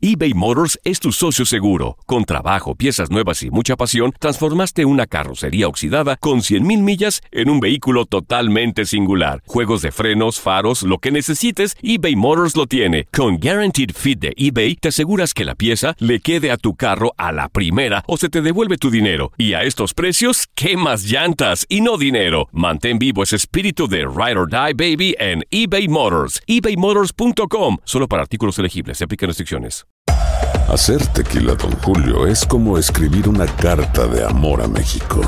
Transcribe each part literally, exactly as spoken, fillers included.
eBay Motors es tu socio seguro. Con trabajo, piezas nuevas y mucha pasión, transformaste una carrocería oxidada con cien mil millas en un vehículo totalmente singular. Juegos de frenos, faros, lo que necesites, eBay Motors lo tiene. Con Guaranteed Fit de eBay, te aseguras que la pieza le quede a tu carro a la primera o se te devuelve tu dinero. Y a estos precios, ¿qué más llantas y no dinero? Mantén vivo ese espíritu de Ride or Die, baby, en eBay Motors. ebay motors punto com. Solo para artículos elegibles. Se aplican restricciones. Hacer tequila Don Julio es como escribir una carta de amor a México.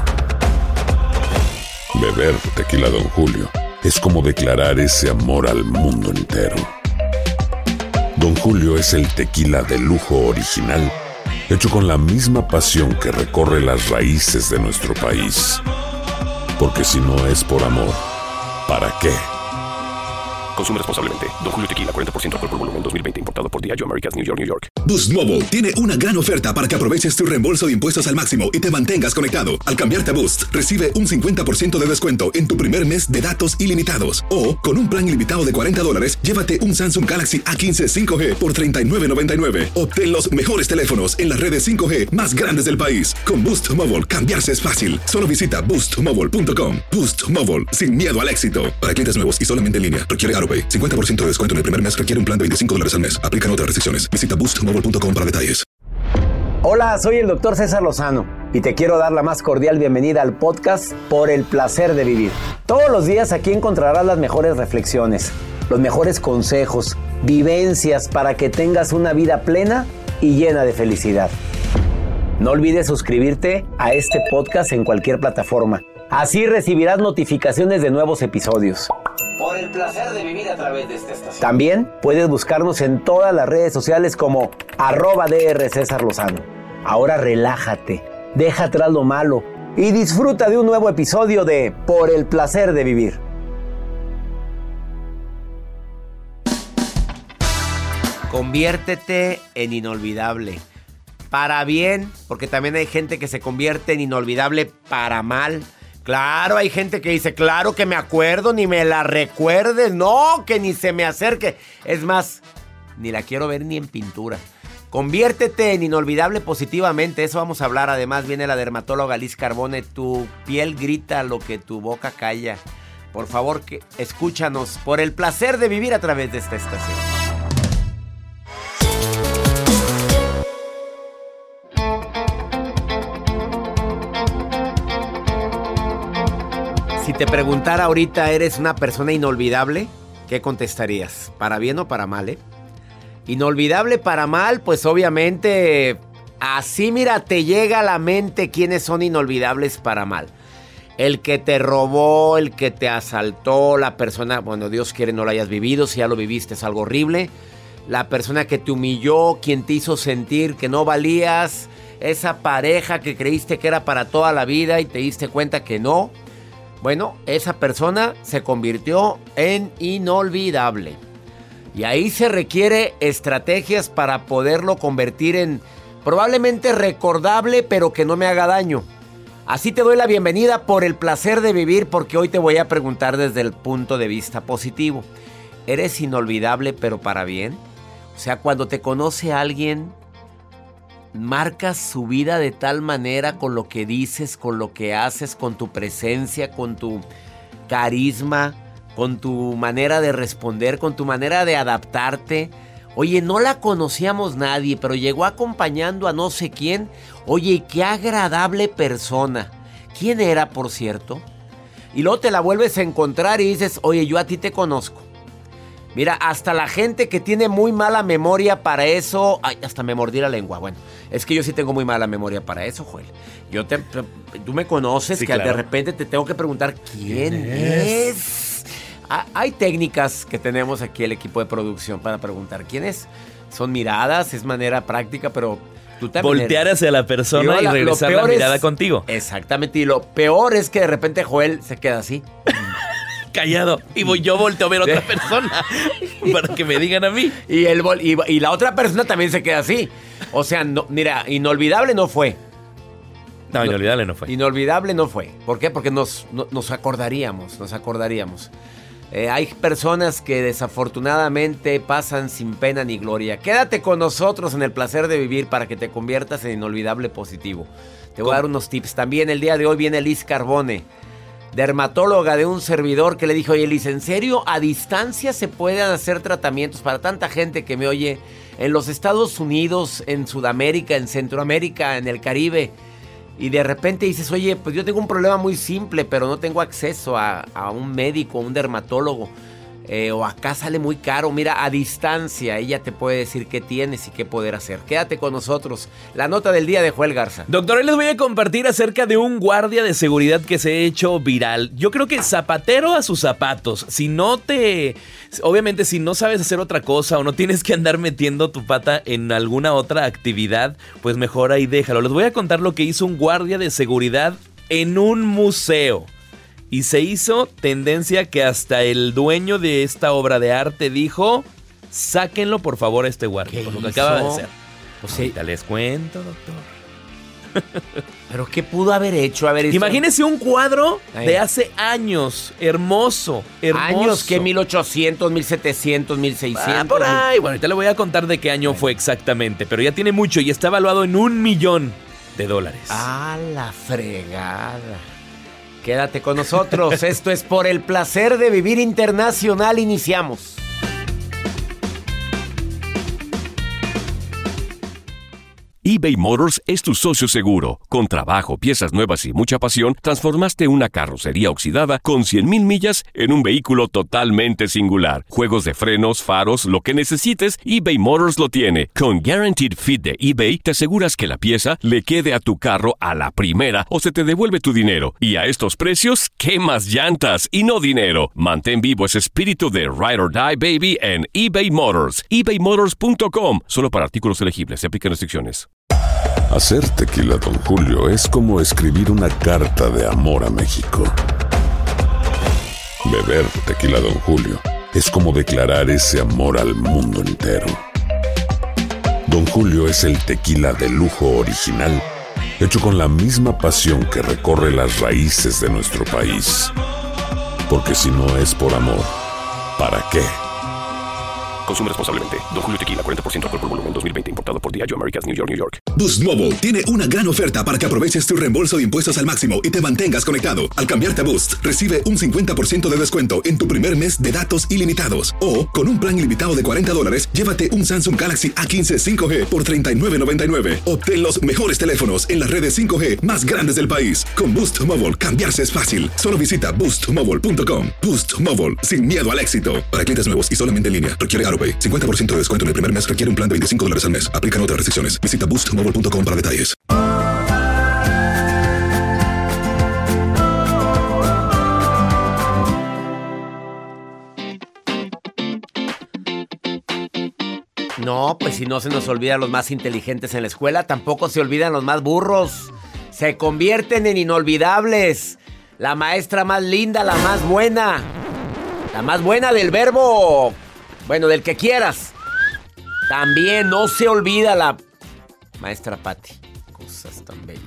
Beber tequila Don Julio es como declarar ese amor al mundo entero. Don Julio es el tequila de lujo original, hecho con la misma pasión que recorre las raíces de nuestro país. Porque si no es por amor, ¿para qué? Consume responsablemente. Don Julio Tequila, cuarenta por ciento alcohol por volumen, dos mil veinte. Importado por Diageo Americas, New York, New York. Boost Mobile tiene una gran oferta para que aproveches tu reembolso de impuestos al máximo y te mantengas conectado. Al cambiarte a Boost, recibe un cincuenta por ciento de descuento en tu primer mes de datos ilimitados. O, con un plan ilimitado de cuarenta dólares, llévate un Samsung Galaxy A quince cinco G por treinta y nueve noventa y nueve. Obtén los mejores teléfonos en las redes cinco G más grandes del país. Con Boost Mobile, cambiarse es fácil. Solo visita boost mobile punto com. Boost Mobile, sin miedo al éxito. Para clientes nuevos y solamente en línea, requiere AutoPay. cincuenta por ciento de descuento en el primer mes requiere un plan de veinticinco dólares al mes. Aplican otras restricciones. Visita boost mobile punto com para detalles. Hola, soy el doctor César Lozano y te quiero dar la más cordial bienvenida al podcast Por el Placer de Vivir. Todos los días aquí encontrarás las mejores reflexiones, los mejores consejos, vivencias para que tengas una vida plena y llena de felicidad. No olvides suscribirte a este podcast en cualquier plataforma. Así recibirás notificaciones de nuevos episodios. Por el placer de vivir a través de esta estación. También puedes buscarnos en todas las redes sociales como arroba DR César Lozano. Ahora relájate, deja atrás lo malo y disfruta de un nuevo episodio de Por el Placer de Vivir. Conviértete en inolvidable. Para bien, porque también hay gente que se convierte en inolvidable para mal. Claro, hay gente que dice, claro que me acuerdo, ni me la recuerde, no, que ni se me acerque. Es más, ni la quiero ver ni en pintura. Conviértete en inolvidable positivamente, eso vamos a hablar. Además viene la dermatóloga Liz Carbone. Tu piel grita lo que tu boca calla. Por favor, que escúchanos por el placer de vivir a través de esta estación. Si te preguntara ahorita, ¿eres una persona inolvidable? ¿Qué contestarías? ¿Para bien o para mal, eh? Inolvidable para mal, pues obviamente, así mira, te llega a la mente quiénes son inolvidables para mal. El que te robó, el que te asaltó, la persona, bueno, Dios quiere no lo hayas vivido, si ya lo viviste es algo horrible. La persona que te humilló, quien te hizo sentir que no valías, esa pareja que creíste que era para toda la vida y te diste cuenta que no. Bueno, esa persona se convirtió en inolvidable. Y ahí se requiere estrategias para poderlo convertir en probablemente recordable, pero que no me haga daño. Así te doy la bienvenida por el placer de vivir, porque hoy te voy a preguntar desde el punto de vista positivo. ¿Eres inolvidable, pero para bien? O sea, cuando te conoce alguien, marcas su vida de tal manera con lo que dices, con lo que haces, con tu presencia, con tu carisma, con tu manera de responder, con tu manera de adaptarte. Oye, no la conocíamos nadie, pero llegó acompañando a no sé quién. Oye, qué agradable persona. ¿Quién era, por cierto? Y luego te la vuelves a encontrar y dices, oye, yo a ti te conozco. Mira, hasta la gente que tiene muy mala memoria para eso... Ay, hasta me mordí la lengua. Bueno, es que yo sí tengo muy mala memoria para eso, Joel. Yo te, tú me conoces, sí, que claro. De repente te tengo que preguntar, ¿quién, ¿Quién es? es? Ah, hay técnicas que tenemos aquí el equipo de producción para preguntar quién es. Son miradas, es manera práctica, pero tú también... Voltear hacia la persona y, y regresar la mirada es, contigo. Exactamente, y lo peor es que de repente Joel se queda así... callado, y voy, yo volteo a ver a otra persona para que me digan a mí. Y, el, y, y la otra persona también se queda así. O sea, no, mira, inolvidable no fue. No, inolvidable no fue. Inolvidable no fue. ¿Por qué? Porque nos, no, nos acordaríamos, nos acordaríamos. Eh, hay personas que desafortunadamente pasan sin pena ni gloria. Quédate con nosotros en el placer de vivir para que te conviertas en inolvidable positivo. Te voy a dar unos tips. También el día de hoy viene Liz Carbone, dermatóloga de un servidor, que le dijo: oye, Liz, ¿en serio a distancia se pueden hacer tratamientos para tanta gente que me oye en los Estados Unidos, en Sudamérica, en Centroamérica, en el Caribe? Y de repente dices: oye, pues yo tengo un problema muy simple, pero no tengo acceso a, a un médico, a un dermatólogo. Eh, o acá sale muy caro. Mira, a distancia ella te puede decir qué tienes y qué poder hacer. Quédate con nosotros. La nota del día de Joel Garza. Doctor, hoy les voy a compartir acerca de un guardia de seguridad que se ha hecho viral. Yo creo que zapatero a sus zapatos. Si no te... Obviamente, si no sabes hacer otra cosa o no tienes que andar metiendo tu pata en alguna otra actividad, pues mejor ahí déjalo. Les voy a contar lo que hizo un guardia de seguridad en un museo. Y se hizo tendencia que hasta el dueño de esta obra de arte dijo: sáquenlo por favor a este guardia, por lo que acaba de hacer. O sea, ahorita les cuento, doctor. ¿Pero qué pudo haber hecho? A ver, imagínese un cuadro Ay. de hace años, hermoso, hermoso. ¿Años que mil ochocientos, mil setecientos, mil seiscientos? Ah, por ahí. Bueno, ahorita le voy a contar de qué año Ay. fue exactamente, pero ya tiene mucho y está evaluado en un millón de dólares. ¡Ah, la fregada! Quédate con nosotros. Esto es Por el Placer de Vivir Internacional. Iniciamos. eBay Motors es tu socio seguro. Con trabajo, piezas nuevas y mucha pasión, transformaste una carrocería oxidada con cien mil millas en un vehículo totalmente singular. Juegos de frenos, faros, lo que necesites, eBay Motors lo tiene. Con Guaranteed Fit de eBay, te aseguras que la pieza le quede a tu carro a la primera o se te devuelve tu dinero. Y a estos precios, ¿qué más llantas y no dinero? Mantén vivo ese espíritu de Ride or Die, baby, en eBay Motors. ebay motors punto com. Solo para artículos elegibles. Se aplican restricciones. Hacer tequila Don Julio es como escribir una carta de amor a México. Beber tequila Don Julio es como declarar ese amor al mundo entero. Don Julio es el tequila de lujo original, hecho con la misma pasión que recorre las raíces de nuestro país. Porque si no es por amor, ¿para qué? Consume responsablemente. Don Julio Tequila, cuarenta por ciento alcohol por volumen, dos mil veinte. Importado por Diageo Americas, New York, New York. Boost Mobile tiene una gran oferta para que aproveches tu reembolso de impuestos al máximo y te mantengas conectado. Al cambiarte a Boost, recibe un cincuenta por ciento de descuento en tu primer mes de datos ilimitados. O, con un plan ilimitado de cuarenta dólares, llévate un Samsung Galaxy A quince cinco G por treinta y nueve noventa y nueve. Obtén los mejores teléfonos en las redes cinco G más grandes del país. Con Boost Mobile, cambiarse es fácil. Solo visita boost mobile punto com. Boost Mobile, sin miedo al éxito. Para clientes nuevos y solamente en línea, requiere AroPay. cincuenta por ciento de descuento en el primer mes requiere un plan de veinticinco dólares al mes. Aplican otras restricciones. Visita boost mobile punto com para detalles. No, pues si no se nos olvidan los más inteligentes en la escuela, tampoco se olvidan los más burros. Se convierten en inolvidables. La maestra más linda, la más buena. La más buena del verbo. Bueno, del que quieras. También no se olvida la maestra Patti. Cosas tan bellas.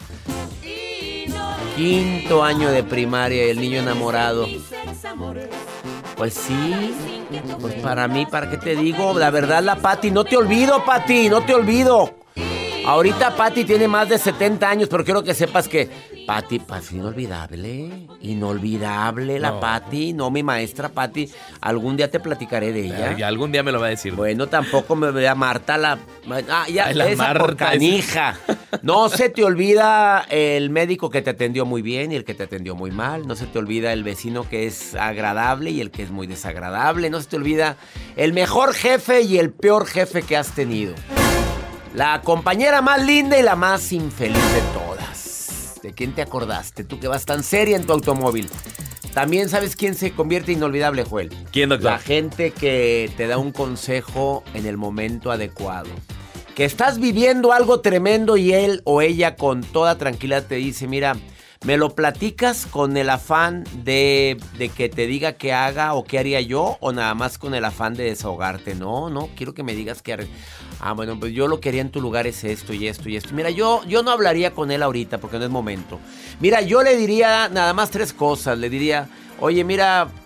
Quinto año de primaria y el niño enamorado. Pues sí. Pues para mí, ¿para qué te digo? La verdad, la Patti. No te olvido, Patti. No te olvido. Ahorita Patti tiene más de setenta años, pero quiero que sepas que Patti, Patti, inolvidable, inolvidable la no. Patti, no mi maestra Patti. Algún día te platicaré de ella. Ay, algún día me lo va a decir. Bueno, tampoco me vea Marta la... Ah, ya, Ay, la esa Marta, por canija. No se te olvida el médico que te atendió muy bien y el que te atendió muy mal. No se te olvida el vecino que es agradable y el que es muy desagradable. No se te olvida el mejor jefe y el peor jefe que has tenido. La compañera más linda y la más infeliz de todas. ¿De quién te acordaste? Tú que vas tan seria en tu automóvil. También sabes quién se convierte inolvidable, Joel. ¿Quién, doctor? La gente que te da un consejo en el momento adecuado. Que estás viviendo algo tremendo y él o ella con toda tranquilidad te dice, mira, ¿me lo platicas con el afán de, de que te diga qué haga o qué haría yo? ¿O nada más con el afán de desahogarte? No, no, quiero que me digas qué haré. Ah, bueno, pues yo lo que haría en tu lugar es esto y esto y esto. Mira, yo, yo no hablaría con él ahorita porque no es momento. Mira, yo le diría nada más tres cosas. Le diría, oye, mira,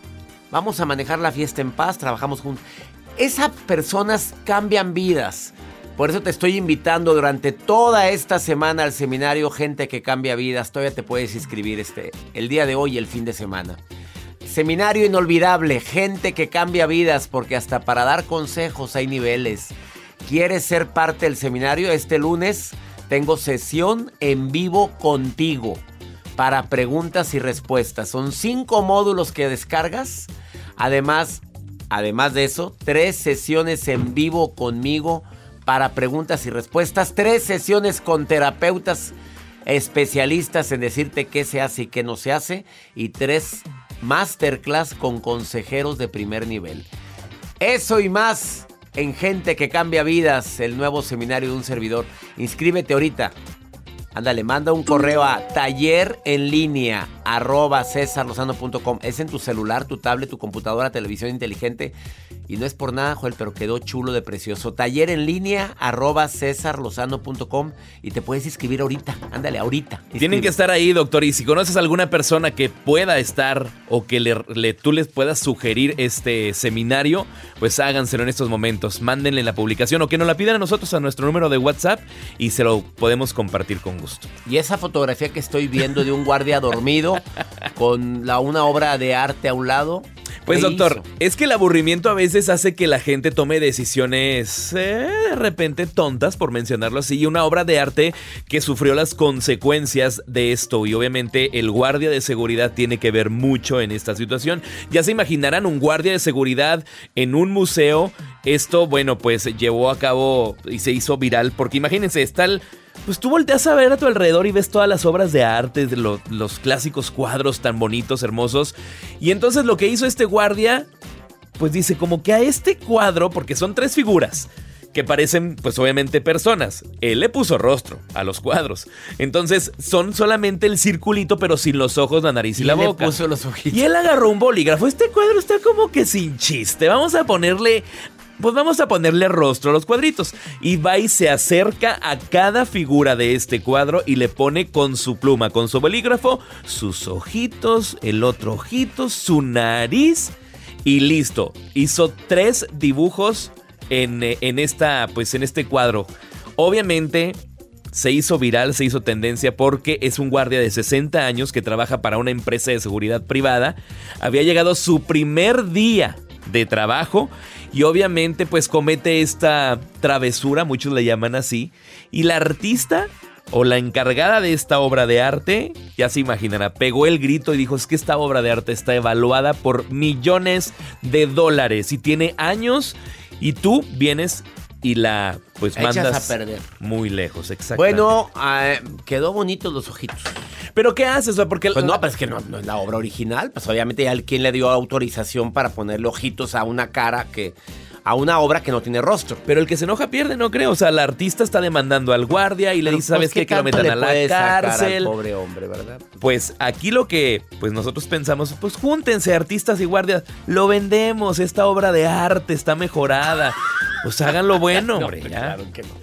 Vamos a manejar la fiesta en paz, trabajamos juntos. Esas personas cambian vidas. Por eso te estoy invitando durante toda esta semana al seminario Gente que Cambia Vidas. Todavía te puedes inscribir este, el día de hoy y el fin de semana. Seminario inolvidable, Gente que Cambia Vidas, porque hasta para dar consejos hay niveles. ¿Quieres ser parte del seminario? Este lunes tengo sesión en vivo contigo para preguntas y respuestas. Son cinco módulos que descargas. Además, además de eso, tres sesiones en vivo conmigo para preguntas y respuestas. Tres sesiones con terapeutas especialistas en decirte qué se hace y qué no se hace. Y tres masterclass con consejeros de primer nivel. Eso y más en Gente que Cambia Vidas, el nuevo seminario de un servidor. Inscríbete ahorita. Ándale, manda un correo a taller en línea arroba cesar lozano punto com. Es en tu celular, tu tablet, tu computadora, televisión inteligente. Y no es por nada, Joel, pero quedó chulo de precioso. Taller en línea arroba cesar lozano punto com. Y te puedes inscribir ahorita. Ándale, ahorita. Inscribe. Tienen que estar ahí, doctor. Y si conoces a alguna persona que pueda estar o que le, le, tú les puedas sugerir este seminario, pues háganselo en estos momentos. Mándenle la publicación o que nos la pidan a nosotros a nuestro número de WhatsApp y se lo podemos compartir con gusto. Y esa fotografía que estoy viendo de un guardia dormido con la, una obra de arte a un lado. Pues doctor, hizo? Es que el aburrimiento a veces hace que la gente tome decisiones eh, de repente tontas, por mencionarlo así, y una obra de arte que sufrió las consecuencias de esto, y obviamente el guardia de seguridad tiene que ver mucho en esta situación. Ya se imaginarán un guardia de seguridad en un museo. Esto, bueno, pues llevó a cabo y se hizo viral, porque imagínense, está el... Pues tú volteas a ver a tu alrededor y ves todas las obras de arte, de lo, los clásicos cuadros tan bonitos, hermosos. Y entonces lo que hizo este guardia, pues dice como que a este cuadro, porque son tres figuras que parecen pues obviamente personas. Él le puso rostro a los cuadros. Entonces son solamente el circulito, pero sin los ojos, la nariz y, y la boca. Le puso los ojitos. Y él agarró un bolígrafo. Este cuadro está como que sin chiste. Vamos a ponerle... Pues vamos a ponerle rostro a los cuadritos. Y va y se acerca a cada figura de este cuadro y le pone con su pluma, con su bolígrafo, sus ojitos, el otro ojito, su nariz y listo. Hizo tres dibujos en, en, esta, pues en este cuadro. Obviamente se hizo viral, se hizo tendencia porque es un guardia de sesenta años que trabaja para una empresa de seguridad privada. Había llegado su primer día de trabajo y obviamente pues comete esta travesura, muchos le llaman así, y la artista o la encargada de esta obra de arte, ya se imaginará, pegó el grito y dijo: es que esta obra de arte está evaluada por millones de dólares y tiene años y tú vienes y la pues echas mandas a perder muy lejos. Exactamente. Bueno, uh, quedó bonitos los ojitos. ¿Pero qué haces? Porque pues no, pues es que no, no es la obra original. Pues obviamente ya quien le dio autorización para ponerle ojitos a una cara que... a una obra que no tiene rostro. Pero el que se enoja pierde, no creo. O sea, la artista está demandando al guardia y le dice, ¿sabes qué? Que lo metan a la cárcel. Pobre hombre, ¿verdad? Pues aquí lo que pues nosotros pensamos, pues júntense artistas y guardias, lo vendemos, esta obra de arte está mejorada. Pues háganlo bueno, hombre. No, ya. Claro que no.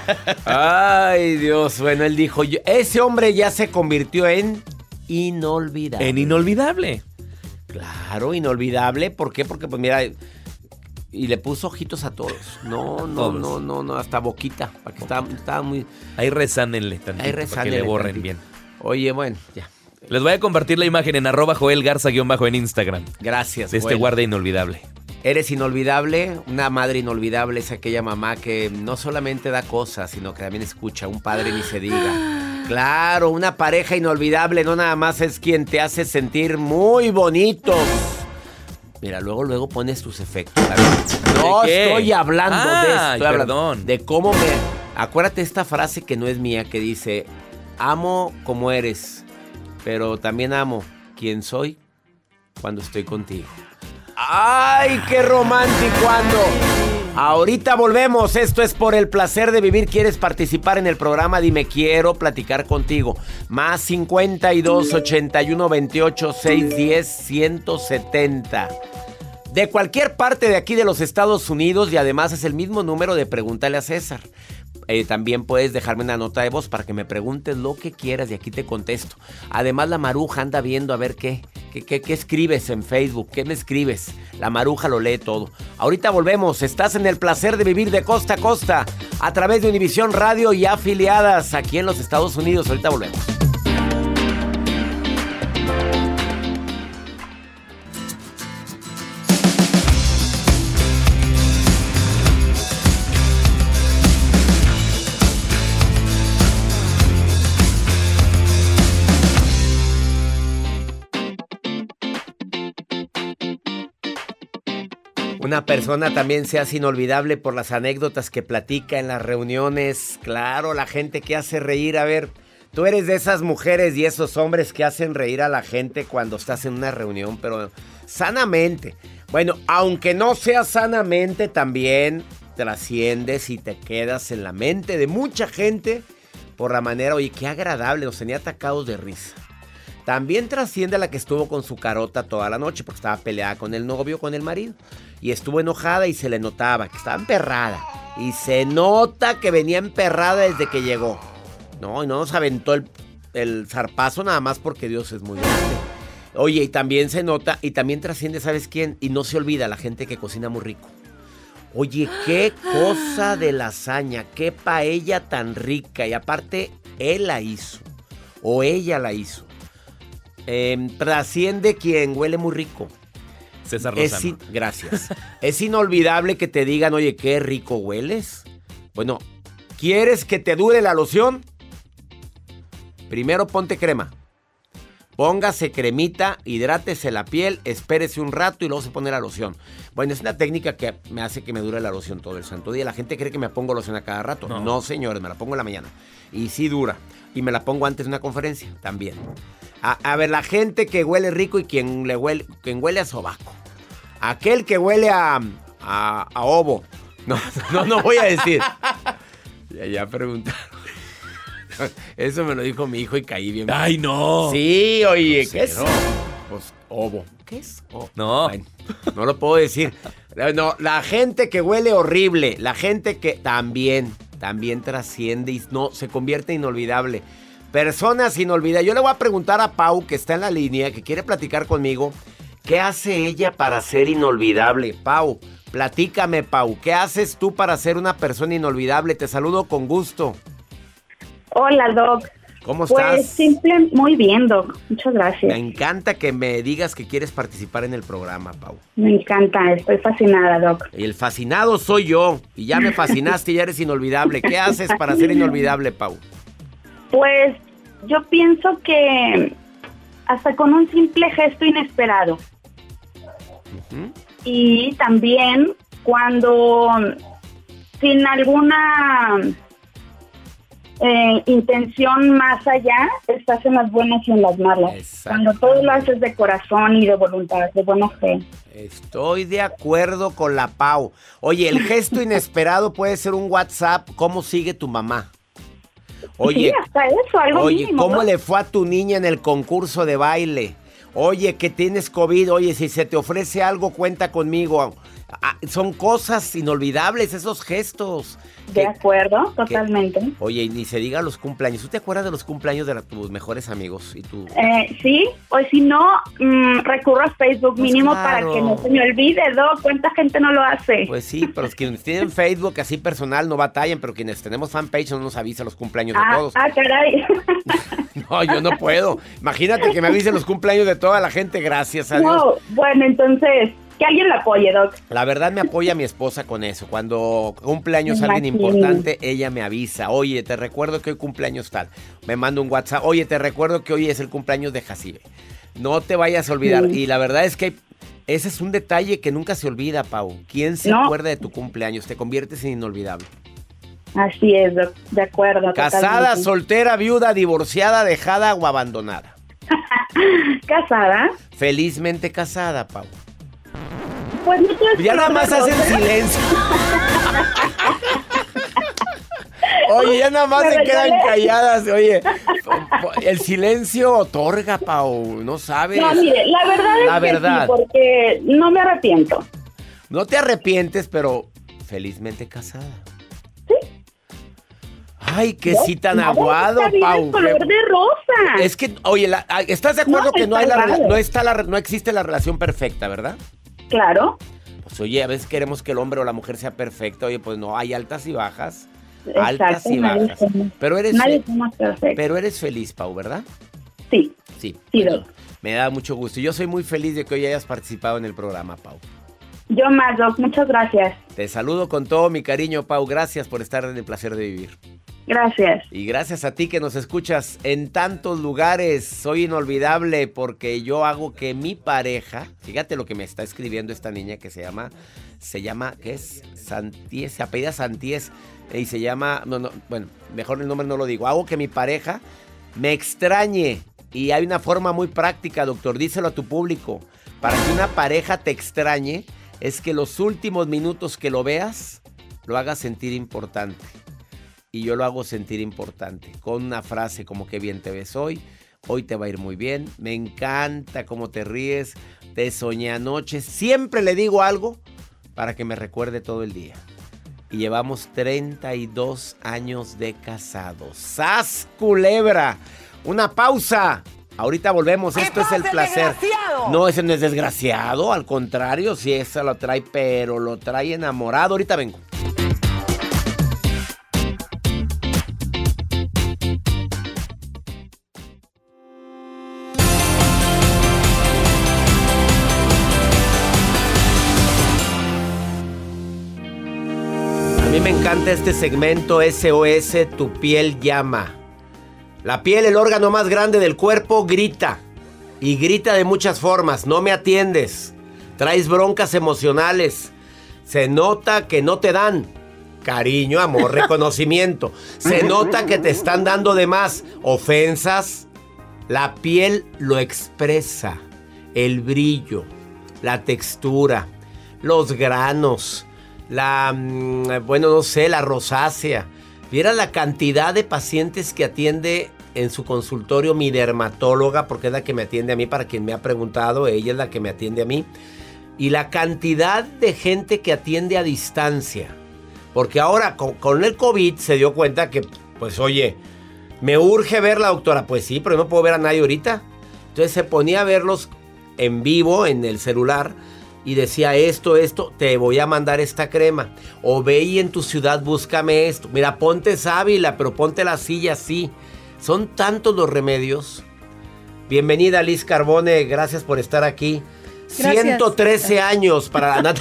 Ay, Dios. Bueno, él dijo, ese hombre ya se convirtió en inolvidable. En inolvidable. Claro, inolvidable. ¿Por qué? Porque pues mira... Y le puso ojitos a todos. No, no, todos. no, no, no, hasta boquita. Para que estaba, estaba muy... Ahí rezánenle tantito. Ahí rezánenle para que le borren tantito. bien. Oye, bueno, ya. Les voy a compartir la imagen en arroba Joel Garza guión bajo en Instagram. Gracias, de este Joel. guardia inolvidable. Eres inolvidable. Una madre inolvidable es aquella mamá que no solamente da cosas, sino que también escucha. Un padre ni se diga. Claro, una pareja inolvidable no nada más es quien te hace sentir muy bonito. Mira, luego, luego pones tus efectos. No estoy hablando ah, de eso. Estoy hablando perdón. de cómo me... Acuérdate esta frase que no es mía, que dice, amo como eres, pero también amo quien soy cuando estoy contigo. ¡Ay, qué romántico ando! Ahorita volvemos. Esto es Por el Placer de Vivir. ¿Quieres participar en el programa? Dime, quiero platicar contigo. Más cincuenta y dos, ochenta y uno, veintiocho, seiscientos diez, ciento setenta. De cualquier parte de aquí de los Estados Unidos, y además es el mismo número de Pregúntale a César. eh, también puedes dejarme una nota de voz para que me preguntes lo que quieras y aquí te contesto. Además, la Maruja anda viendo a ver qué, qué, qué, qué escribes en Facebook, qué me escribes. La Maruja lo lee todo. Ahorita volvemos. Estás en el placer de vivir de costa a costa a través de Univisión Radio y afiliadas aquí en los Estados Unidos. Ahorita volvemos. Una persona también se hace inolvidable por las anécdotas que platica en las reuniones. Claro, la gente que hace reír. A ver, tú eres de esas mujeres y esos hombres que hacen reír a la gente cuando estás en una reunión, pero sanamente. Bueno, aunque no sea sanamente, también trasciendes y te quedas en la mente de mucha gente por la manera, oye, qué agradable, nos tenía atacados de risa. También trasciende a la que estuvo con su carota toda la noche porque estaba peleada con el novio, con el marido. Y estuvo enojada y se le notaba que estaba emperrada. Y se nota que venía emperrada desde que llegó. No, y no nos aventó el, el zarpazo nada más porque Dios es muy grande. Oye, y también se nota, y también trasciende, ¿sabes quién? Y no se olvida la gente que cocina muy rico. Oye, qué cosa de lasaña, qué paella tan rica. Y aparte, él la hizo. O ella la hizo. Eh, trasciende quien huele muy rico. César Lozano. Es in- Gracias. Es inolvidable que te digan, oye, qué rico hueles. Bueno, ¿quieres que te dure la loción? Primero ponte crema. Póngase cremita, hidrátese la piel, espérese un rato y luego se pone la loción. Bueno, es una técnica que me hace que me dure la loción todo el santo día. La gente cree que me pongo loción a cada rato. No, no señores, me la pongo en la mañana. Y sí dura. Y me la pongo antes de una conferencia también. A, a ver, la gente que huele rico y quien, le huele, quien huele a sobaco. Aquel que huele a, a, a ovo. No, no, no voy a decir. Ya, ya preguntaron. Eso me lo dijo mi hijo y caí bien. ¡Ay, no! Sí, oye, ¿qué es? Cero. Pues ovo. ¿Qué es? Oh, No. bueno, no lo puedo decir. No, la gente que huele horrible, la gente que también, también trasciende y no, se convierte inolvidable. Personas inolvidables. Yo le voy a preguntar a Pau, que está en la línea, que quiere platicar conmigo, ¿qué hace ella para ser inolvidable? Pau, platícame, Pau, ¿qué haces tú para ser una persona inolvidable? Te saludo con gusto. Hola, Doc. ¿Cómo estás? Pues simple, muy bien, Doc. Muchas Me gracias. encanta que me digas que quieres participar en el programa, Pau. Me encanta, estoy fascinada, Doc. El fascinado soy yo. Y ya me fascinaste y ya eres inolvidable. ¿Qué haces para ser inolvidable, Pau? Pues yo pienso que hasta con un simple gesto inesperado. Uh-huh. Y también cuando sin alguna eh, intención más allá, estás en las buenas y en las malas. Exacto. Cuando todo lo haces de corazón y de voluntad, de buena fe. Estoy de acuerdo con la Pau. Oye, el gesto inesperado puede ser un WhatsApp. ¿Cómo sigue tu mamá? Oye, Sí, hasta eso, algo oye, mínimo, ¿cómo ¿no? le fue a tu niña en el concurso de baile? Oye, que tienes COVID. Oye, si se te ofrece algo, cuenta conmigo. Ah, son cosas inolvidables, esos gestos. De Que- acuerdo, totalmente. Oye, y ni se diga los cumpleaños. ¿Tú te acuerdas de los cumpleaños de la- tus mejores amigos? Y tú. Eh, sí, o si no, mm, recurro a Facebook Pues mínimo claro. para que no se me olvide, Doc. ¿Cuánta gente no lo hace? Pues sí, pero los quienes tienen Facebook así personal no batallan, pero quienes tenemos fanpage no nos avisa los cumpleaños de ah, todos. ah, caray. No, yo no puedo. Imagínate que me avisen los cumpleaños de toda la gente, gracias a Dios. No, bueno, entonces, que alguien lo apoye, Doc. La verdad me apoya mi esposa con eso. Cuando cumpleaños Me alguien imagino. importante, ella me avisa. Oye, te recuerdo que hoy cumpleaños tal. Me manda un WhatsApp. Oye, te recuerdo que hoy es el cumpleaños de Jacibe. No te vayas a olvidar. Sí. Y la verdad es que hay- ese es un detalle que nunca se olvida, Pau. ¿Quién se No. acuerda de tu cumpleaños? Te conviertes en inolvidable. Así es, Doc. De acuerdo. Casada, totalmente. soltera, viuda, divorciada, dejada o abandonada. Casada. Felizmente casada, Pau. Pues no te Ya nada más hacen silencio. Oye, ya nada más Me se quedan regalé. calladas. Oye, el silencio otorga, Pau. No sabes. No, mire, la verdad es La que verdad. sí, porque no me arrepiento. No te arrepientes, pero felizmente casada. Sí. Ay, qué sí tan no, aguado, está bien Pau. el color de rosa. Es que, oye, la, ¿estás de acuerdo No, que no, está hay la, raro. no, está la, no existe la relación perfecta, verdad? Claro. Pues oye, a veces queremos que el hombre o la mujer sea perfecta. Oye, pues no, hay altas y bajas. Exacto, Altas y nadie bajas. somos- Pero eres, Nadie fe- somos perfectos. pero eres feliz, Pau, ¿verdad? Sí, Sí. sí, Bueno, Doc. me da mucho gusto. Yo soy muy feliz de que hoy hayas participado en el programa, Pau. Yo más, Doc. Muchas gracias. Te saludo con todo mi cariño, Pau. Gracias por estar en el placer de vivir. Gracias. Y gracias a ti que nos escuchas en tantos lugares. Soy inolvidable porque yo hago que mi pareja, fíjate lo que me está escribiendo esta niña que se llama, se llama, ¿qué es? Santiés, se apellida Santiés y se llama, no, no, bueno, mejor el nombre no lo digo. Hago que mi pareja me extrañe y hay una forma muy práctica, doctor, díselo a tu público. Para que una pareja te extrañe es que los últimos minutos que lo veas lo hagas sentir importante. Y yo lo hago sentir importante con una frase como qué bien te ves hoy, hoy te va a ir muy bien, me encanta cómo te ríes, te soñé anoche, siempre le digo algo para que me recuerde todo el día. Y llevamos treinta y dos años de casados. ¡Sas, culebra! Una pausa. Ahorita volvemos, esto es el placer. No, ese no es desgraciado, al contrario, si esa lo trae, pero lo trae enamorado. Ahorita vengo. A mí me encanta este segmento S O S, tu piel llama. La piel, el órgano más grande del cuerpo, grita. Y grita de muchas formas. No me atiendes. Traes broncas emocionales. Se nota que no te dan cariño, amor, reconocimiento. Se nota que te están dando de más. Ofensas. La piel lo expresa. El brillo, la textura, los granos, la, bueno, no sé, la rosácea. Viera la cantidad de pacientes que atiende en su consultorio mi dermatóloga, porque es la que me atiende a mí, para quien me ha preguntado, ella es la que me atiende a mí. Y la cantidad de gente que atiende a distancia. Porque ahora con, con el COVID se dio cuenta que, pues oye, me urge ver la doctora. Pues sí, pero no puedo ver a nadie ahorita. Entonces se ponía a verlos en vivo en el celular y decía esto, esto, te voy a mandar esta crema. O ve y en tu ciudad búscame esto. Mira, ponte sábila, pero ponte la silla así. Son tantos los remedios. Bienvenida, Liz Carbone, gracias por estar aquí. Gracias. ciento trece años para la nata.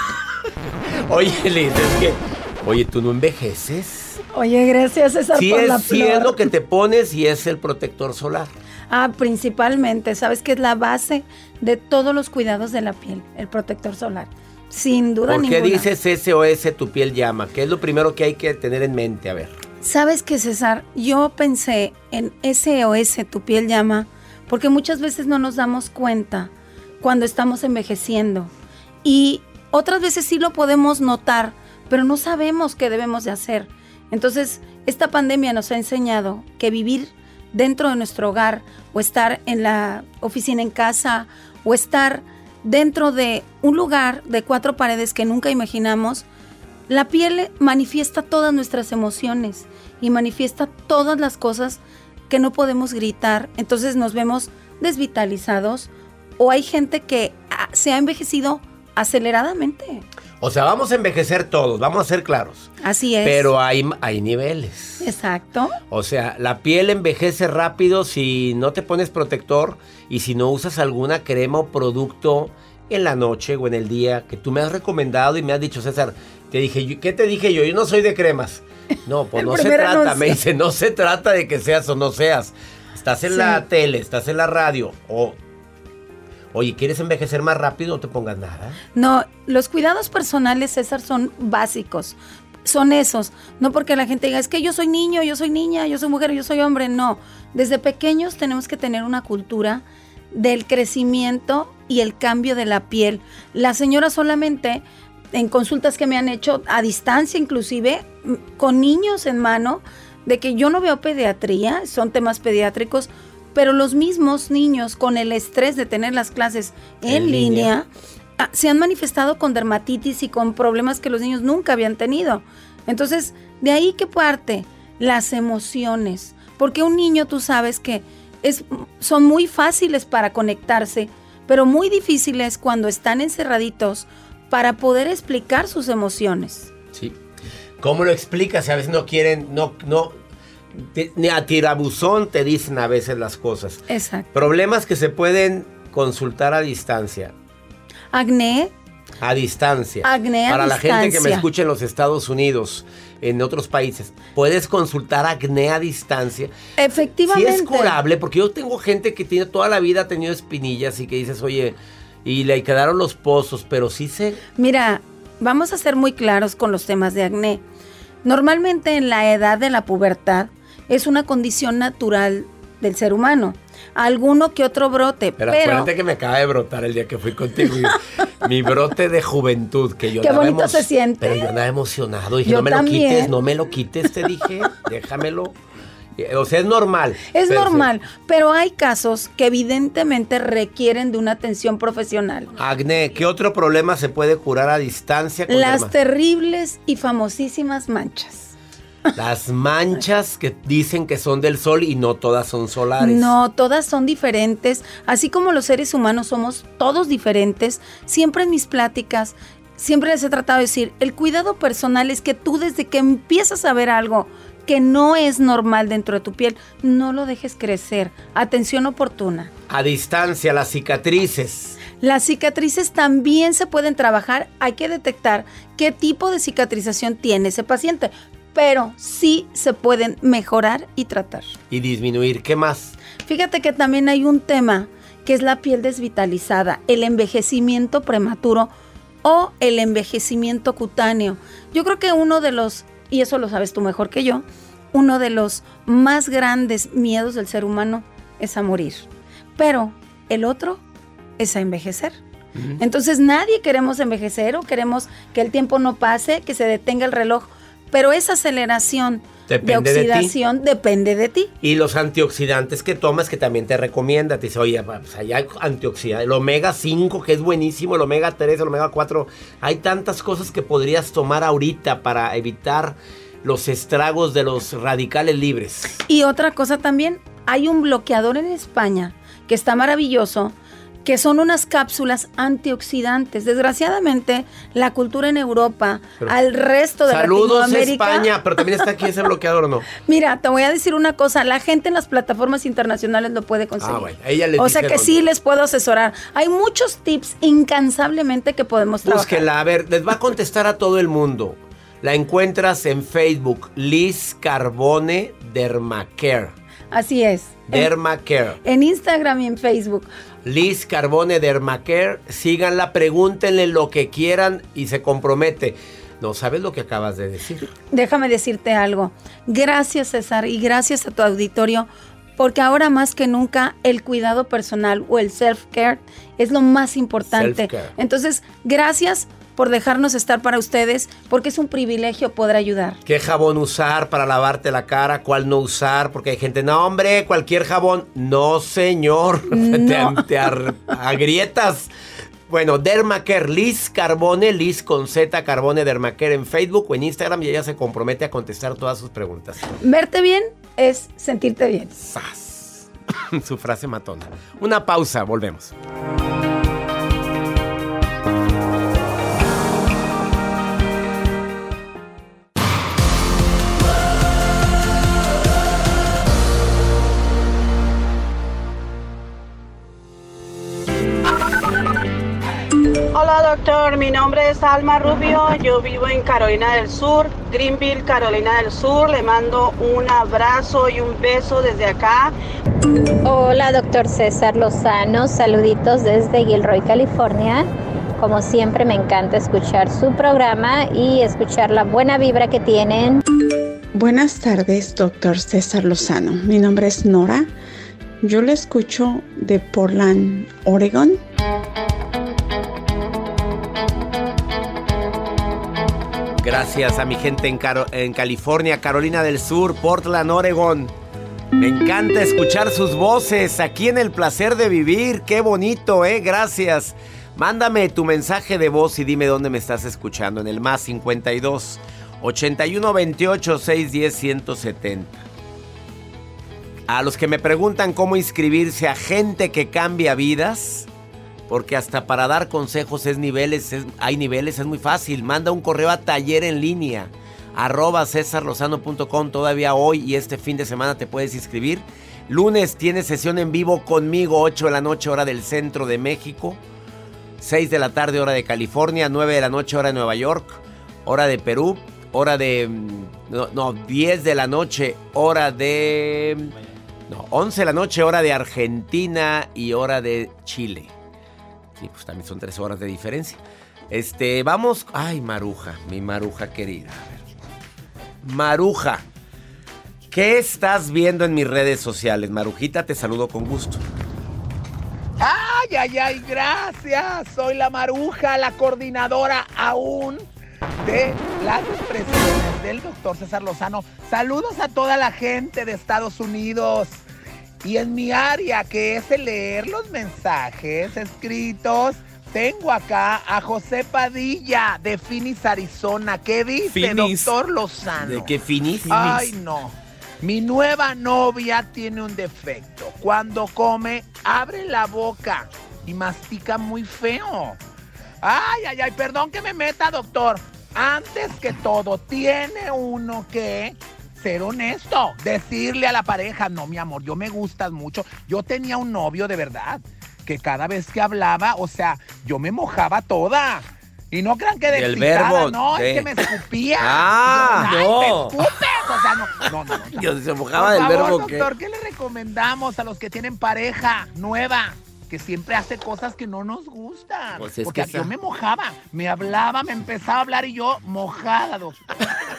Oye, Liz, es que, oye, ¿tú no envejeces? Oye, gracias, César, Sí por es, la sí flor. es lo que te pones y es el protector solar. Ah, principalmente, sabes que es la base de todos los cuidados de la piel, el protector solar. Sin duda ¿Por ninguna. qué dices S O S, tu piel llama? ¿Qué es lo primero que hay que tener en mente? A ver. Sabes que, César, yo pensé en S O S, tu piel llama, porque muchas veces no nos damos cuenta cuando estamos envejeciendo. Y otras veces sí lo podemos notar, pero no sabemos qué debemos de hacer. Entonces, esta pandemia nos ha enseñado que vivir dentro de nuestro hogar, o estar en la oficina en casa, o estar dentro de un lugar de cuatro paredes que nunca imaginamos, la piel manifiesta todas nuestras emociones y manifiesta todas las cosas que no podemos gritar. Entonces nos vemos desvitalizados, o hay gente que ah, se ha envejecido aceleradamente. O sea, vamos a envejecer todos, vamos a ser claros. Así es. Pero hay, hay niveles. Exacto. O sea, la piel envejece rápido si no te pones protector y si no usas alguna crema o producto en la noche o en el día que tú me has recomendado y me has dicho, César, te dije, ¿qué te dije yo? Yo no soy de cremas. No, pues El no se primer trata, anuncio. me dice, no se trata de que seas o no seas. Estás en Sí. la tele, estás en la radio o... Oye, ¿quieres envejecer más rápido? No te pongas nada. No, los cuidados personales, César, son básicos. Son esos. No porque la gente diga, es que yo soy niño, yo soy niña, yo soy mujer, yo soy hombre. No. Desde pequeños tenemos que tener una cultura del crecimiento y el cambio de la piel. La señora solamente, en consultas que me han hecho a distancia inclusive, m- con niños en mano, de que yo no veo pediatría, son temas pediátricos, pero los mismos niños con el estrés de tener las clases en, En línea. línea, ah, se han manifestado con dermatitis y con problemas que los niños nunca habían tenido. Entonces, de ahí que parte las emociones, porque un niño tú sabes que es, son muy fáciles para conectarse, pero muy difíciles cuando están encerraditos para poder explicar sus emociones. Sí. ¿Cómo lo explicas? A veces no quieren, no, no, te, ni a tirabuzón te dicen a veces las cosas. Exacto. Problemas que se pueden consultar a distancia. Acné. A distancia. Acné a Para distancia. la gente que me escucha en los Estados Unidos, en otros países, puedes consultar acné a distancia. Efectivamente. Sí es curable, porque yo tengo gente que tiene toda la vida ha tenido espinillas y que dices, oye, y le quedaron los pozos, pero sí se... Mira, vamos a ser muy claros con los temas de acné. Normalmente en la edad de la pubertad es una condición natural del ser humano. Alguno que otro brote, pero... pero acuérdate que me acaba de brotar el día que fui contigo. Mi brote de juventud, que yo qué andaba bonito emo- se siente. Pero yo andaba emocionado. Dije, Yo no me también. lo quites, no me lo quites, te dije. Déjamelo. O sea, es normal. es Pero- normal, pero hay casos que evidentemente requieren de una atención profesional. Acné, ¿qué otro problema se puede curar a distancia? Con Las derma- terribles y famosísimas manchas. Las manchas que dicen que son del sol y no todas son solares. No, todas son diferentes. Así como los seres humanos somos todos diferentes, siempre en mis pláticas, siempre les he tratado de decir, el cuidado personal es que tú desde que empiezas a ver algo que no es normal dentro de tu piel, no lo dejes crecer. Atención oportuna. A distancia, las cicatrices. Las cicatrices también se pueden trabajar. Hay que detectar qué tipo de cicatrización tiene ese paciente, pero sí se pueden mejorar y tratar. Y disminuir. ¿Qué más? Fíjate que también hay un tema que es la piel desvitalizada, el envejecimiento prematuro o el envejecimiento cutáneo. Yo creo que uno de los, y eso lo sabes tú mejor que yo, uno de los más grandes miedos del ser humano es a morir. Pero el otro es a envejecer. Uh-huh. Entonces nadie queremos envejecer o queremos que el tiempo no pase, que se detenga el reloj. Pero esa aceleración depende de oxidación de ti. depende de ti. Y los antioxidantes que tomas, que también te recomienda. Te dice, oye, pues allá hay antioxidantes. El omega cinco, que es buenísimo. El omega tres, el omega cuatro. Hay tantas cosas que podrías tomar ahorita para evitar los estragos de los radicales libres. Y otra cosa también, hay un bloqueador en España que está maravilloso, que son unas cápsulas antioxidantes. Desgraciadamente, la cultura en Europa, pero, al resto de saludos Latinoamérica... Saludos España, pero también está aquí ese bloqueador, ¿o no? Mira, te voy a decir una cosa, la gente en las plataformas internacionales lo puede conseguir. Ah, bueno, ella les o sea que dónde. Sí les puedo asesorar. Hay muchos tips incansablemente que podemos trabajar. Búsquela, a ver, les va a contestar a todo el mundo. La encuentras en Facebook, Liz Carbone Dermacare. Así es. Dermacare. En, en Instagram y en Facebook. Liz Carbone Dermacare, síganla, pregúntenle lo que quieran y se compromete. No sabes lo que acabas de decir. Déjame decirte algo. Gracias, César, y gracias a tu auditorio, porque ahora más que nunca el cuidado personal o el self-care es lo más importante. Self-care. Entonces, gracias por dejarnos estar para ustedes, porque es un privilegio poder ayudar. ¿Qué jabón usar para lavarte la cara? ¿Cuál no usar? Porque hay gente, no hombre, cualquier jabón. No, señor, no. te, te ar- agrietas. Bueno, Dermacare, Liz Carbone, Liz con Z, Carbone Dermacare en Facebook o en Instagram y ella se compromete a contestar todas sus preguntas. Verte bien es sentirte bien. ¡Sas! Su frase matona. Una pausa, volvemos. Hola doctor, mi nombre es Alma Rubio, yo vivo en Carolina del Sur, Greenville, Carolina del Sur. Le mando un abrazo y un beso desde acá. Hola doctor César Lozano, saluditos desde Gilroy, California. Como siempre me encanta escuchar su programa y escuchar la buena vibra que tienen. Buenas tardes doctor César Lozano, mi nombre es Nora, yo le escucho de Portland, Oregon. Gracias a mi gente en, Caro- en California, Carolina del Sur, Portland, Oregon. Me encanta escuchar sus voces aquí en El Placer de Vivir. Qué bonito, ¿eh? Gracias. Mándame tu mensaje de voz y dime dónde me estás escuchando. En el más cincuenta y dos, ochenta y uno veintiocho, seiscientos diez, ciento setenta. A los que me preguntan cómo inscribirse a Gente que Cambia Vidas, porque hasta para dar consejos es niveles, es, hay niveles, es muy fácil. Manda un correo a taller en línea, arroba cesar lozano punto com. Todavía hoy y este fin de semana te puedes inscribir. Lunes tienes sesión en vivo conmigo, ocho de la noche, hora del centro de México. seis de la tarde, hora de California. nueve de la noche, hora de Nueva York. Hora de Perú. Hora de... No, no diez de la noche, hora de... No, once de la noche, hora de Argentina y hora de Chile. Sí, pues también son tres horas de diferencia. Este, vamos... Ay, Maruja, mi Maruja querida. A ver. Maruja, ¿qué estás viendo en mis redes sociales? Marujita, te saludo con gusto. ¡Ay, ay, ay! Gracias. Soy la Maruja, la coordinadora aún de las expresiones del doctor César Lozano. Saludos a toda la gente de Estados Unidos. Y en mi área, que es el leer los mensajes escritos, tengo acá a José Padilla de Phoenix, Arizona. ¿Qué dice, Phoenix. doctor Lozano? ¿De qué Phoenix? Ay, no. Mi nueva novia tiene un defecto. Cuando come, abre la boca y mastica muy feo. Ay, ay, ay, perdón que me meta, doctor. Antes que todo, tiene uno que ser honesto. Decirle a la pareja, no, mi amor, yo me gustas mucho. Yo tenía un novio de verdad, que cada vez que hablaba, o sea, yo me mojaba toda. Y no crean que de El excitada, verbo, no, sí. es que me escupía. Ah, Yo, ay, no. me escupes, o sea, no, no, no. no. Dios, se mojaba Por del favor, verbo que... doctor, ¿qué le recomendamos a los que tienen pareja nueva? Que siempre hace cosas que no nos gustan. Pues es Porque que yo esa- me mojaba, me hablaba, me empezaba a hablar y yo mojada, doctor.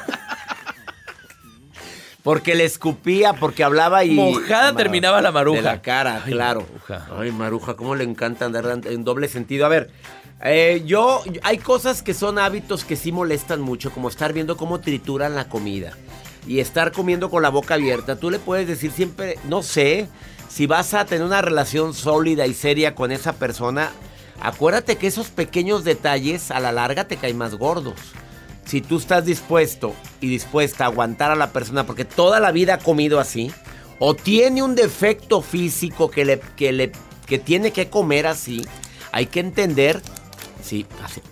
Porque le escupía, porque hablaba y... Mojada terminaba la Maruja. De la cara, Ay, claro. Maruja. Ay, Maruja, cómo le encanta andar en doble sentido. A ver, eh, yo... Hay cosas que son hábitos que sí molestan mucho, como estar viendo cómo trituran la comida. Y estar comiendo con la boca abierta. Tú le puedes decir siempre, no sé, si vas a tener una relación sólida y seria con esa persona, acuérdate que esos pequeños detalles a la larga te caen más gordos. Si tú estás dispuesto y dispuesta a aguantar a la persona porque toda la vida ha comido así, o tiene un defecto físico que le, que le, que tiene que comer así, hay que entender, sí, así.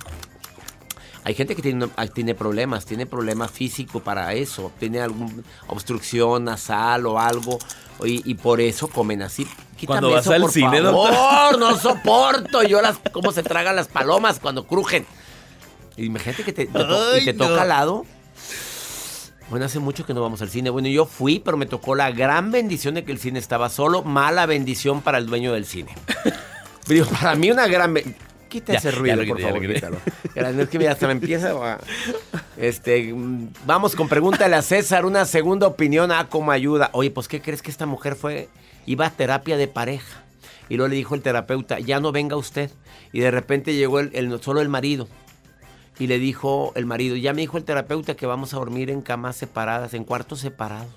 Hay gente que tiene, tiene problemas, tiene problemas físicos para eso, tiene alguna obstrucción nasal o algo, y, y por eso comen así. Quítame Cuando vas eso, al por cine, favor, doctor. no soporto yo las, cómo se tragan las palomas cuando crujen. Y imagínate que te, te, to- y te Ay, toca no. al lado. Bueno, hace mucho que no vamos al cine. Bueno, yo fui, pero me tocó la gran bendición de que el cine estaba solo. Mala bendición para el dueño del cine. Pero para mí una gran... be- Quita Ya, ese ya ruido, lo por quité, ya favor, lo quité. quítalo. Era, no es que mira, hasta me empieza a... Este, mm, vamos con pregúntale a César, una segunda opinión a cómo ayuda. Oye, pues, ¿qué crees que esta mujer fue? Iba a terapia de pareja. Y luego le dijo el terapeuta, ya no venga usted. Y de repente llegó el, el- solo el marido. Y le dijo el marido, ya me dijo el terapeuta que vamos a dormir en camas separadas, en cuartos separados.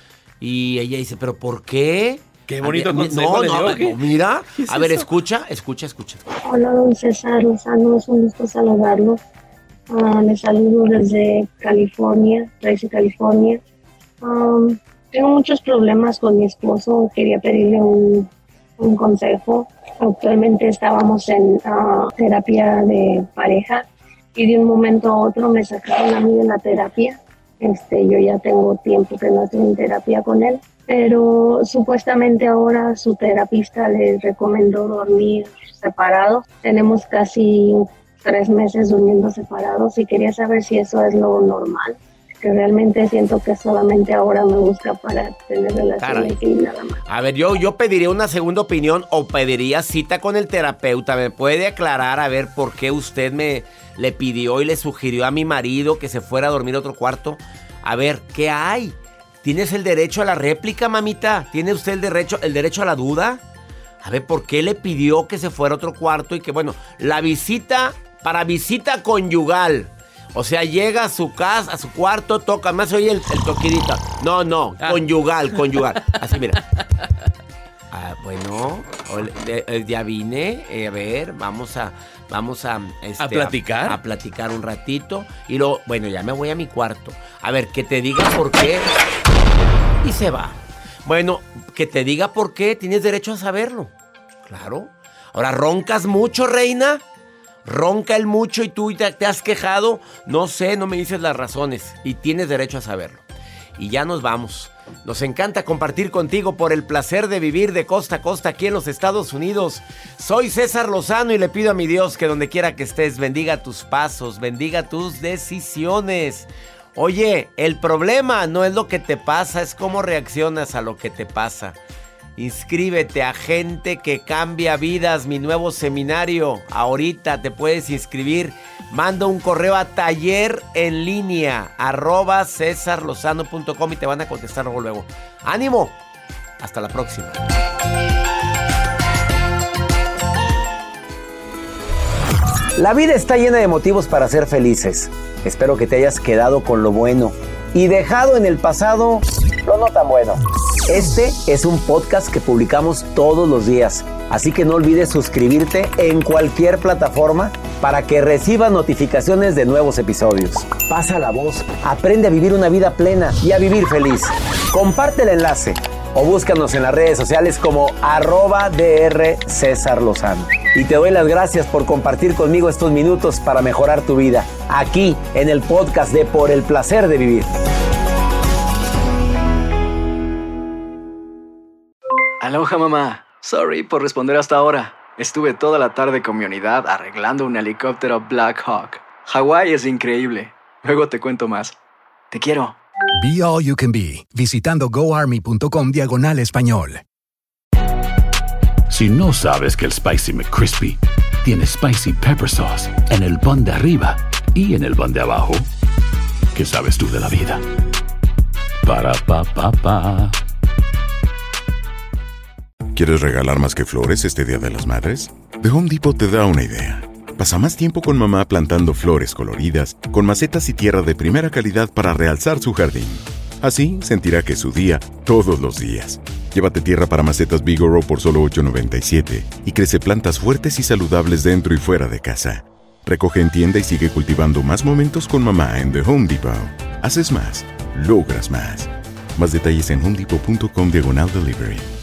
Y ella dice, ¿pero por qué? Qué bonito A ver, consejo no, le no, dio, no, ¿qué? mira. ¿Qué es A ver, eso? escucha, escucha, escucha. Hola, don César Lozano, es un gusto saludarlo. Ah, le saludo desde California, Tracy, California. Um, tengo muchos problemas con mi esposo, quería pedirle un, un consejo. Actualmente estábamos en ah, terapia de pareja y de un momento a otro me sacaron a mí de la terapia. Este, yo ya tengo tiempo que no estoy en terapia con él, pero supuestamente ahora su terapista le recomendó dormir separados. Tenemos casi tres meses durmiendo separados y quería saber si eso es lo normal, que realmente siento que solamente ahora me busca para tener relaciones y nada más. A ver, yo, yo pediría una segunda opinión o pediría cita con el terapeuta. ¿Me puede aclarar a ver por qué usted me le pidió y le sugirió a mi marido que se fuera a dormir a otro cuarto? A ver, ¿qué hay? ¿Tienes el derecho a la réplica, mamita? ¿Tiene usted el derecho, el derecho a la duda? A ver, ¿por qué le pidió que se fuera a otro cuarto? Y que, bueno, la visita, para visita conyugal. O sea, llega a su casa, a su cuarto, toca, más oye el, el toquidito. No, no, Ah. conyugal, conyugal. Así, mira. Ah, Bueno, ya vine, eh, a ver, vamos a, vamos a... Este, ¿A platicar? A, a platicar un ratito. Y luego, bueno, ya me voy a mi cuarto. A ver, que te diga por qué. Y se va. Bueno, que te diga por qué, tienes derecho a saberlo. Claro. Ahora, ¿roncas mucho, reina? ¿Ronca el mucho y tú te, te has quejado? No sé, no me dices las razones. Y tienes derecho a saberlo. Y ya nos vamos. Nos encanta compartir contigo por el placer de vivir de costa a costa aquí en los Estados Unidos. Soy César Lozano y le pido a mi Dios que donde quiera que estés bendiga tus pasos, bendiga tus decisiones. Oye, el problema no es lo que te pasa, es cómo reaccionas a lo que te pasa. Inscríbete a Gente que Cambia Vidas, mi nuevo seminario. Ahorita te puedes inscribir. Manda un correo a taller en línea arroba cesar lozano punto com y te van a contestar luego, luego. ¡Ánimo! Hasta la próxima. La vida está llena de motivos para ser felices. Espero que te hayas quedado con lo bueno y dejado en el pasado lo no tan bueno. Este es un podcast que publicamos todos los días, así que no olvides suscribirte en cualquier plataforma para que recibas notificaciones de nuevos episodios. Pasa la voz, aprende a vivir una vida plena y a vivir feliz. Comparte el enlace o búscanos en las redes sociales como arroba dr César Lozano. Y te doy las gracias por compartir conmigo estos minutos para mejorar tu vida, aquí en el podcast de Por el Placer de Vivir. Aloha, mamá. Sorry por responder hasta ahora. Estuve toda la tarde con mi unidad arreglando un helicóptero Black Hawk. Hawái es increíble. Luego te cuento más. Te quiero. Be All You Can Be, visitando goarmy.com diagonal español. Si no sabes que el Spicy McCrispy tiene Spicy Pepper Sauce en el pan de arriba y en el pan de abajo, ¿qué sabes tú de la vida? Para, pa, pa, pa. ¿Quieres regalar más que flores este Día de las Madres? The Home Depot te da una idea. Pasa más tiempo con mamá plantando flores coloridas, con macetas y tierra de primera calidad para realzar su jardín. Así sentirá que es su día todos los días. Llévate tierra para macetas Bigoro por solo ocho noventa y siete y crece plantas fuertes y saludables dentro y fuera de casa. Recoge en tienda y sigue cultivando más momentos con mamá en The Home Depot. Haces más, logras más. Más detalles en homedepot punto com diagonal delivery.